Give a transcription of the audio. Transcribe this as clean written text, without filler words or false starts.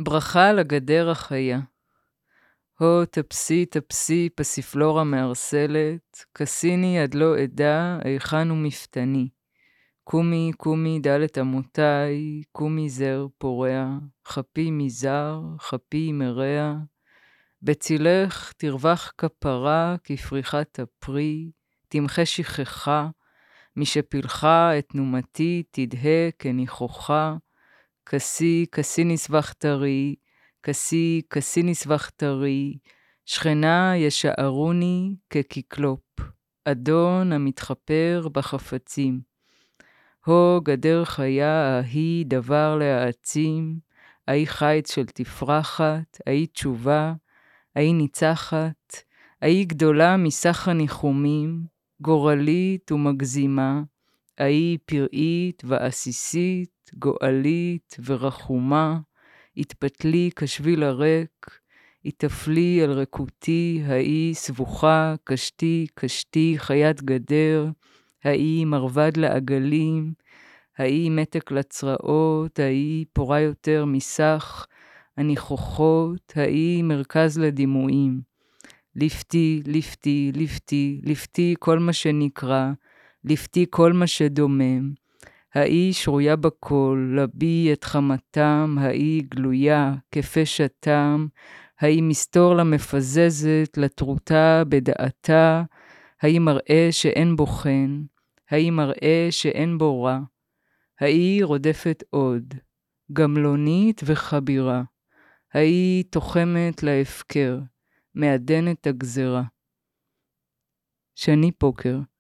ברכה לגדר החיה. הו טפסי טפסי פסיפלורה מארסלת, כסיני עד לא אדע היכן ומפתני. קומי קומי דלת אמותיי, קומי זר פורע, חפי מזר, חפי מרע. בצילך תרווח כפרה כפריחת הפרי, תמחה שכחה, משפלחה את נומתי תדהה כניחוחה. כסי כסי נסבך טרי, כסי כסי נסבך טרי, שכנה ישערוני כקיקלופ, אדון המתחפר בחפצים. הו גדר חיה ההיא דבר להעצים, ההיא חיץ של תפרחת, ההיא תשובה, ההיא ניצחת, ההיא גדולה מסך הניחומים, גורלית ומגזימה, ההיא פראית ועסיסית, גואלית ורחומה, התפתלי כשביל הריק, התאפלי על רקותי, ההיא סבוכה, קשתי, קשתי, חיית גדר, ההיא מרבד לעגלים, ההיא מתק לצרעות, ההיא פורה יותר מסך הניחוחות, ההיא מרכז לדימויים. לפתי, לפתי, לפתי, לפתי כל מה שנקרא, לפתי כל מה שדומם. ההיא שרויה בכל, לבי את חמתם, ההיא גלויה כפשתם, ההיא מסתור למפזזת, לטרוטה בדעתה, ההיא מראה שאין בו חן, ההיא מראה שאין בו רע. ההיא רודפת עוד, גמלונית וחבירה, ההיא תוחמת להפקר, מעדנת הגזרה. שני פוקר.